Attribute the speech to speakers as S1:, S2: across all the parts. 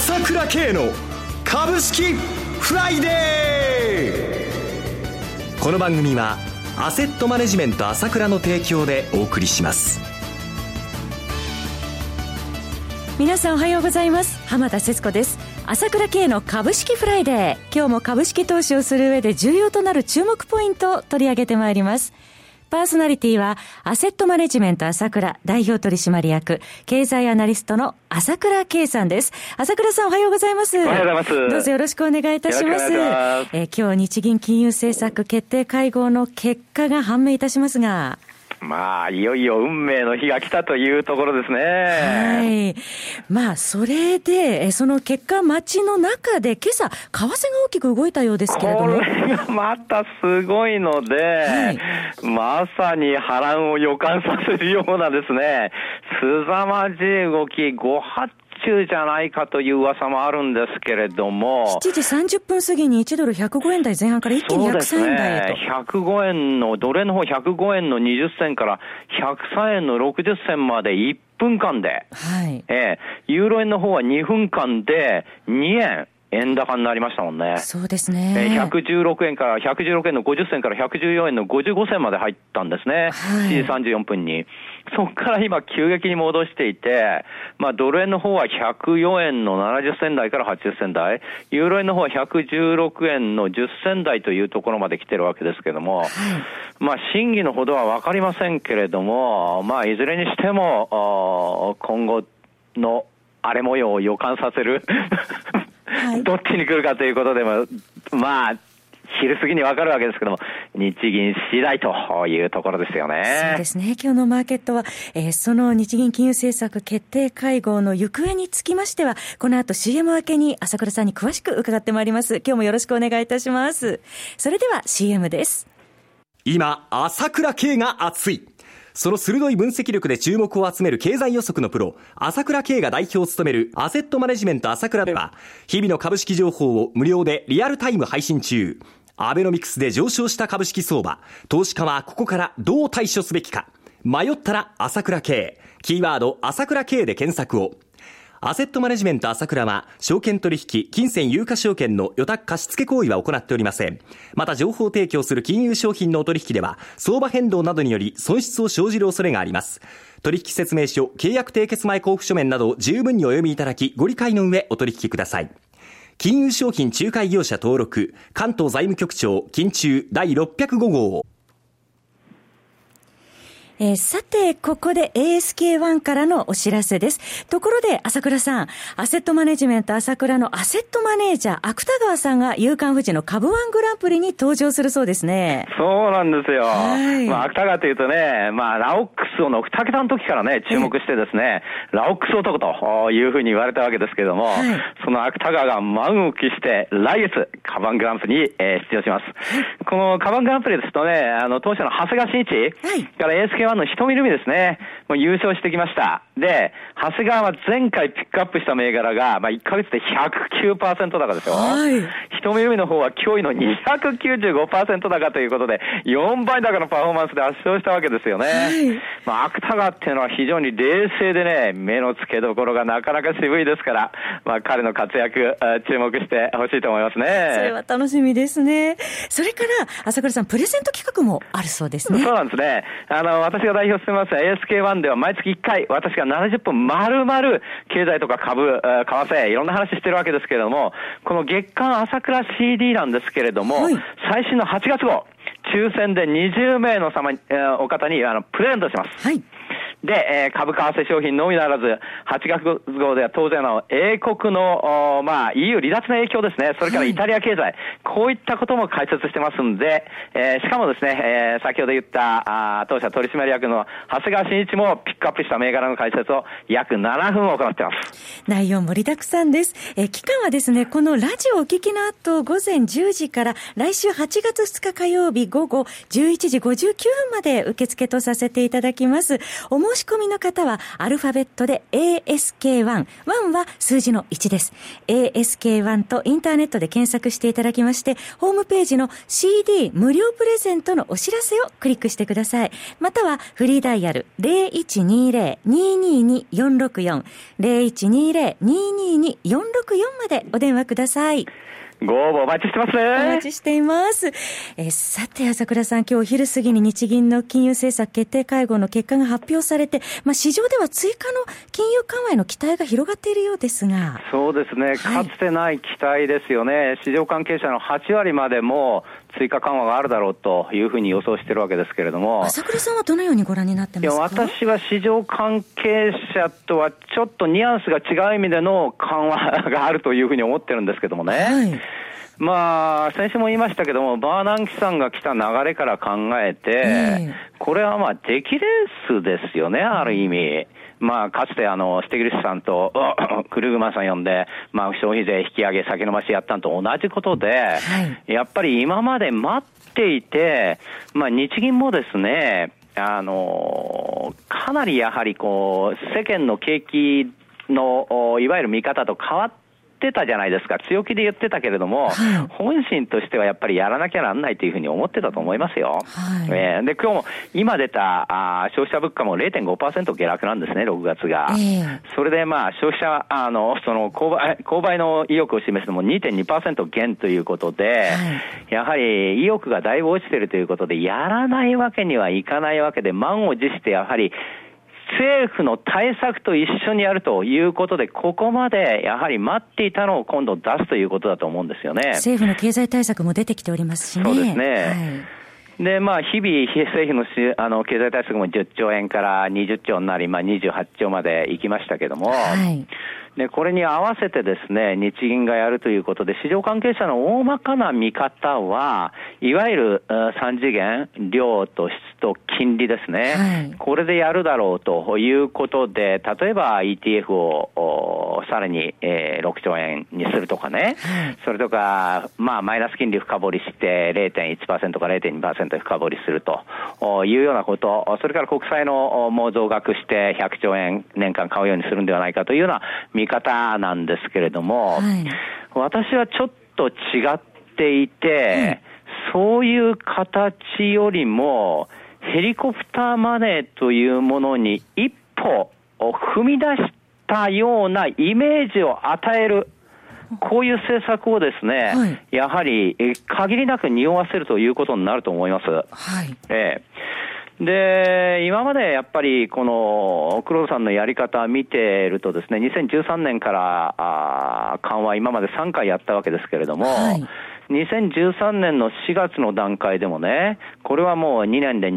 S1: 朝倉慶の株式フライデー。この番組はアセットマネジメント朝倉の提供でお送りします。
S2: 皆さんおはようございます。浜田節子です。朝倉慶の株式フライデー、今日も株式投資をする上で重要となる注目ポイントを取り上げてまいります。パーソナリティはアセットマネジメント朝倉代表取締役経済アナリストの朝倉慶さんです。朝倉さんおはようございます。
S3: おはようございます。
S2: どうぞよろしくお願いいたします。今日日銀金融政策決定会合の結果が判明いたしますが、
S3: いよいよ運命の日が来たというところですね。
S2: はい。それで、その結果待ちの中で、今朝、為替が大きく動いたようですけれども。
S3: これがまたすごいので、はい、まさに波乱を予感させるようなですね、凄まじい動き、ご発注じゃないかという噂もあるんですけれども、
S2: 7時30分過ぎに1ドル105円台前半から一気に103円台へと。
S3: そうですね。105円の、ドル円の方105円の20銭から103円の60銭まで1分間で、
S2: はい。
S3: ユーロ円の方は2分間で2円。円高になりましたもんね。
S2: そうですね。
S3: 116円から116円の50銭から114円の55銭まで入ったんですね。
S2: はい、
S3: 7時34分に。そこから今急激に戻していて、ドル円の方は104円の70銭台から80銭台、ユーロ円の方は116円の10銭台というところまで来てるわけですけども、はい、真偽のほどはわかりませんけれども、いずれにしても、今後の荒れ模様を予感させる、はい、どっちに来るかということでも、昼過ぎに分かるわけですけども、日銀次第というところですよね。
S2: そうですね。今日のマーケットは、その日銀金融政策決定会合の行方につきましては、この後 CM 明けに朝倉さんに詳しく伺ってまいります。今日もよろしくお願いいたします。それでは CM です。
S1: 今、朝倉慶が熱い。その鋭い分析力で注目を集める経済予測のプロ、朝倉慶が代表を務めるアセットマネジメント朝倉では、日々の株式情報を無料でリアルタイム配信中。アベノミクスで上昇した株式相場、投資家はここからどう対処すべきか。迷ったら朝倉慶、キーワード朝倉慶で検索を。アセットマネジメント朝倉は、証券取引、金銭有価証券の予託貸付行為は行っておりません。また情報提供する金融商品のお取引では、相場変動などにより損失を生じる恐れがあります。取引説明書、契約締結前交付書面など十分にお読みいただき、ご理解の上お取引ください。金融商品仲介業者登録、関東財務局長、金中第605号。
S2: さて、ここで ASK1 からのお知らせです。ところで、朝倉さん、アセットマネジメント朝倉のアセットマネージャー、芥川さんが夕刊フジの株ワングランプリに登場するそうですね。
S3: そうなんですよ。
S2: はい。
S3: 芥川というとね、ラオックスの2桁の時からね、注目してですね、ラオックス男というふうに言われたわけですけれども、はい、その芥川が満を期して、来月、株ワングランプリに、出場します。この株ワングランプリですとね、当社の長谷川慎一から ASK1の人見るみですね、もう優勝してきました。で、長谷川は前回ピックアップした銘柄が、1ヶ月で 109% 高ですよ。はい。人見るみの方は驚異の 295% 高ということで、4倍高のパフォーマンスで圧勝したわけですよね。はい。芥川っていうのは非常に冷静でね、目の付けどころがなかなか渋いですから、彼の活躍、注目してほしいと思いますね。
S2: それは楽しみですね。それから、朝倉さん、プレゼント企画もあるそうですね。
S3: そうなんですね。私が代表してます ASK1 では毎月1回、私が70分丸々経済とか株、為替、いろんな話してるわけですけれども、この月間朝倉 CD なんですけれども、はい、最新の8月号、抽選で20名のお方にプレゼントします。はい。で、株為替商品のみならず、8月号では当然英国の、EU 離脱の影響ですね。それからイタリア経済。はい、こういったことも解説してますんで、しかもですね、先ほど言った、当社取締役の長谷川慎一もピックアップした銘柄の解説を約7分行っています。
S2: 内容盛りだくさんです。期間はですね、このラジオをお聞きの後、午前10時から来週8月2日火曜日午後11時59分まで受付とさせていただきます。お申申し込みの方はアルファベットで ASK1、1は数字の1です。ASK1 とインターネットで検索していただきまして、ホームページの CD 無料プレゼントのお知らせをクリックしてください。またはフリーダイヤル 0120-222-464 0120-222-464までお電話ください。
S3: ご応募お待ちしてますね。
S2: お待ちしています。さて朝倉さん、今日お昼過ぎに日銀の金融政策決定会合の結果が発表されて、市場では追加の金融緩和への期待が広がっているようですが。
S3: そうですね、かつてない期待ですよね。市場関係者の8割までも追加緩和があるだろうというふうに予想しているわけですけれども、
S2: 朝倉さんはどのようにご覧になってますか？
S3: 私は市場関係者とはちょっとニュアンスが違う意味での緩和があるというふうに思ってるんですけどもね、先週も言いましたけども、バーナンキさんが来た流れから考えて、これは出来レースですよね、ある意味。かつてステグリスさんとクルーグマンさん呼んで、消費税引き上げ先延ばしやったのと同じことで、やっぱり今まで待っていて、日銀もですね、かなりやはり世間の景気のいわゆる見方と変わってたじゃないですか。強気で言ってたけれども、本心としてはやっぱりやらなきゃなんないというふうに思ってたと思いますよ。で、今日も今出た消費者物価も 0.5% 下落なんですね、6月が。それで消費者その購買の意欲を示すのも 2.2% 減ということで、やはり意欲がだいぶ落ちているということで、やらないわけにはいかないわけで、満を持してやはり政府の対策と一緒にやるということで、ここまでやはり待っていたのを今度出すということだと思うんですよね。
S2: 政府の経済対策も出てきておりますしね。
S3: そうですね。で、日々、政府の経済対策も10兆円から20兆になり、28兆まで行きましたけども、で、これに合わせてですね、日銀がやるということで、市場関係者の大まかな見方は、いわゆる3次元、量と質と金利ですね。これでやるだろうということで、例えば ETF をさらに6兆円にするとかね、それとか、マイナス金利深掘りして 0.1% か 0.2% 深掘りするというようなこと、それから国債のも増額して100兆円年間買うようにするんではないかというような見方なんですけれども、私はちょっと違っていて、そういう形よりもヘリコプターマネーというものに一歩踏み出したようなイメージを与える、こういう政策をですね、やはり限りなく匂わせるということになると思います。で、今までやっぱりこの黒田さんのやり方を見ているとですね、2013年から緩和今まで3回やったわけですけれども、2013年の4月の段階でもね、これはもう2年で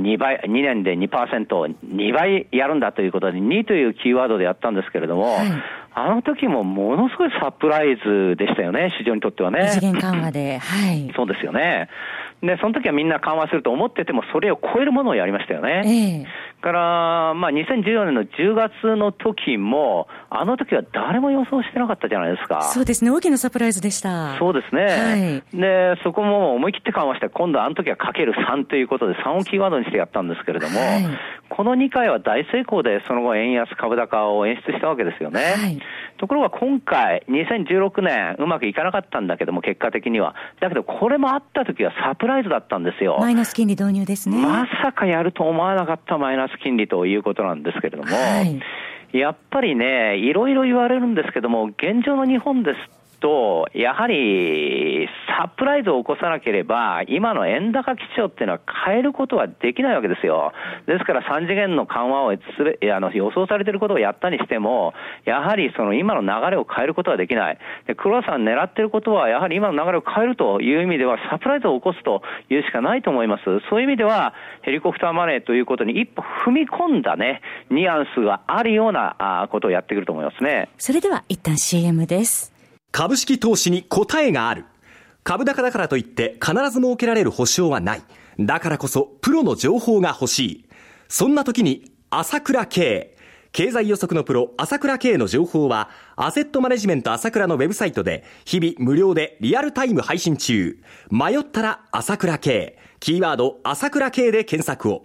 S3: 2% 倍やるんだということで、2というキーワードでやったんですけれども、あの時もものすごいサプライズでしたよね、市場にとってはね。
S2: 異次元緩和で。
S3: そうですよね。で、その時はみんな緩和すると思ってても、それを超えるものをやりましたよね。から、2014年の10月の時も、あの時は誰も予想してなかったじゃないですか。
S2: そうですね、大きなサプライズでした。
S3: そうですね。で、そこも思い切って緩和して、今度あの時はかける3ということで3をキーワードにしてやったんですけれども、この2回は大成功で、その後円安株高を演出したわけですよね。ところが今回、2016年うまくいかなかったんだけども、結果的には。だけどこれもあった時はサプライズだったんですよ。
S2: マイナス金利導入ですね。
S3: まさかやると思わなかったマイナス金利ということなんですけれども、やっぱりね、いろいろ言われるんですけども、現状の日本ですと、やはりサプライズを起こさなければ、今の円高基調っていうのは変えることはできないわけですよ。ですから3次元の緩和を予想されていることをやったにしても、やはりその今の流れを変えることはできない。で、黒田さん狙っていることは、やはり今の流れを変えるという意味では、サプライズを起こすというしかないと思います。そういう意味では、ヘリコプターマネーということに一歩踏み込んだね、ニュアンスがあるようなことをやってくると思いますね。
S2: それでは一旦 CM です。
S1: 株式投資に答えがある。株高だからといって必ず設けられる保証はない。だからこそプロの情報が欲しい。そんな時に朝倉慶。経済予測のプロ朝倉慶の情報はアセットマネジメント朝倉のウェブサイトで日々無料でリアルタイム配信中。迷ったら朝倉慶。キーワード朝倉慶で検索を。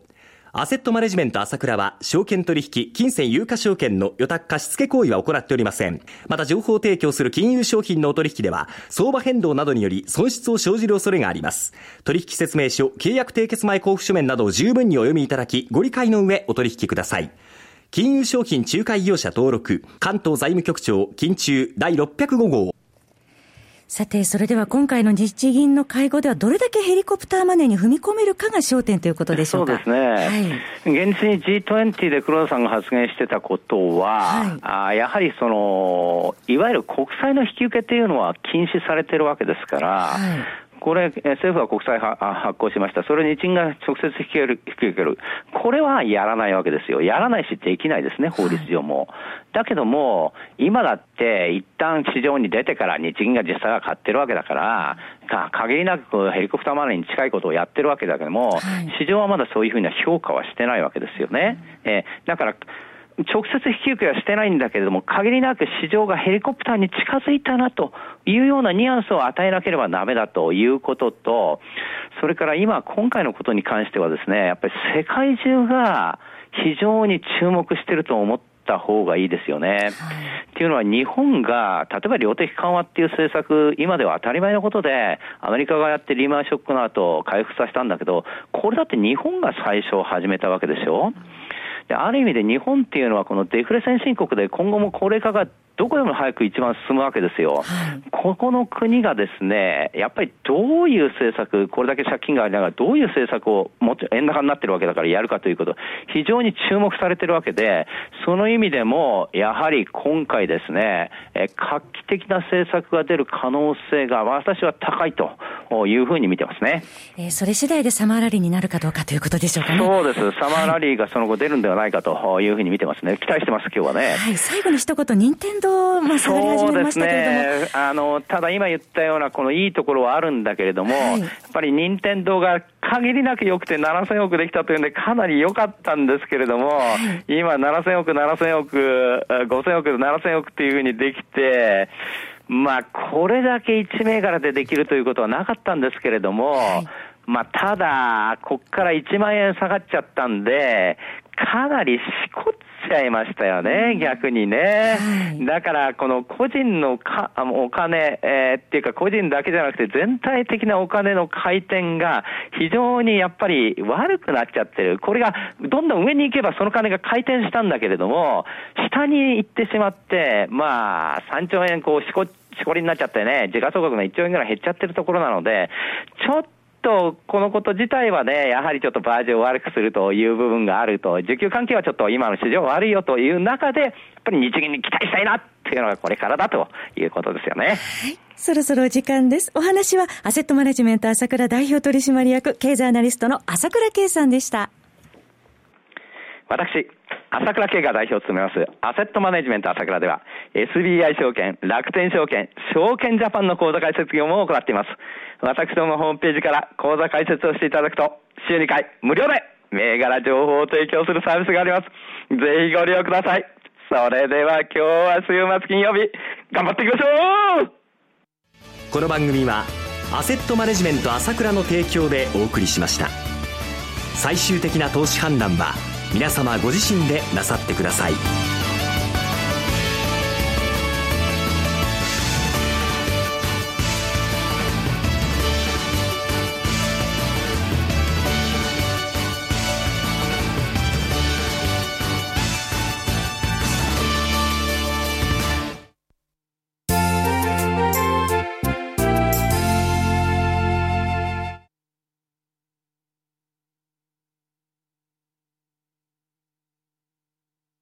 S1: アセットマネジメント朝倉は、証券取引、金銭有価証券の予託貸付行為は行っておりません。また、情報提供する金融商品のお取引では、相場変動などにより損失を生じる恐れがあります。取引説明書、契約締結前交付書面などを十分にお読みいただき、ご理解の上お取引ください。金融商品仲介業者登録、関東財務局長、金中第605号。
S2: さて、それでは今回の日銀の会合ではどれだけヘリコプターマネーに踏み込めるかが焦点ということでしょうか。
S3: そうですね。はい、現実に G20 で黒田さんが発言してたことは、やはりいわゆる国債の引き受けというのは禁止されているわけですから、これ、政府は国債発行しました。それを日銀が直接引き受ける。これはやらないわけですよ。やらないしできないですね、法律上も。だけども、今だって一旦市場に出てから日銀が実際は買ってるわけだから、限りなくヘリコプターマネーに近いことをやってるわけだけども、市場はまだそういうふうな評価はしてないわけですよね。だから、直接引き受けはしてないんだけれども、限りなく市場がヘリコプターに近づいたなというようなニュアンスを与えなければダメだということと、それから今回のことに関してはですね、やっぱり世界中が非常に注目していると思った方がいいですよね。っていうのは日本が例えば量的緩和っていう政策、今では当たり前のことでアメリカがやってリーマンショックの後回復させたんだけど、これだって日本が最初始めたわけでしょ。ある意味で日本っていうのはこのデフレ先進国で今後も高齢化がどこでも早く一番進むわけですよ。ここの国がですね、やっぱりどういう政策、これだけ借金がありながらどういう政策を円高になってるわけだからやるかということ、非常に注目されてるわけで、その意味でもやはり今回ですね、画期的な政策が出る可能性が私は高いというふうに見てますね。
S2: それ次第でサマーラリーになるかどうかということでしょうかね。
S3: そうです。サマーラリーがその後出るんではないかというふうに見てますね。期待してます、今日はね。
S2: 最後に一言、任天堂下がり始めましたけれども。そうです
S3: ね。ただ今言ったようなこのいいところはあるんだけれども、やっぱり任天堂が限りなく良くて7000億できたというんでかなり良かったんですけれども、今7000億、5000億、7000億っていうふうにできて、これだけ1銘柄でできるということはなかったんですけれども、ただ、こっから1万円下がっちゃったんで、かなりしこっちゃいましたよね、逆にね。だから、この個人のお金、っていうか個人だけじゃなくて全体的なお金の回転が非常にやっぱり悪くなっちゃってる。これがどんどん上に行けばその金が回転したんだけれども、下に行ってしまって、3兆円しこりになっちゃってね、時価総額の1兆円ぐらい減っちゃってるところなので、ちょっとこのこと自体はね、やはりちょっとバージョンを悪くするという部分があると、需給関係はちょっと今の市場悪いよという中で、やっぱり日銀に期待したいなっていうのがこれからだということですよね。
S2: そろそろお時間です。お話はアセットマネジメント朝倉代表取締役経済アナリストの朝倉圭さんでした。
S3: 私、朝倉圭が代表を務めますアセットマネジメント朝倉では SBI 証券、楽天証券、証券ジャパンの口座開設業務を行っています。私どものホームページから口座開設をしていただくと週2回無料で銘柄情報を提供するサービスがあります。ぜひご利用ください。それでは今日は週末金曜日頑張っていきましょう。
S1: この番組はアセットマネジメント朝倉の提供でお送りしました。最終的な投資判断は皆様ご自身でなさってください。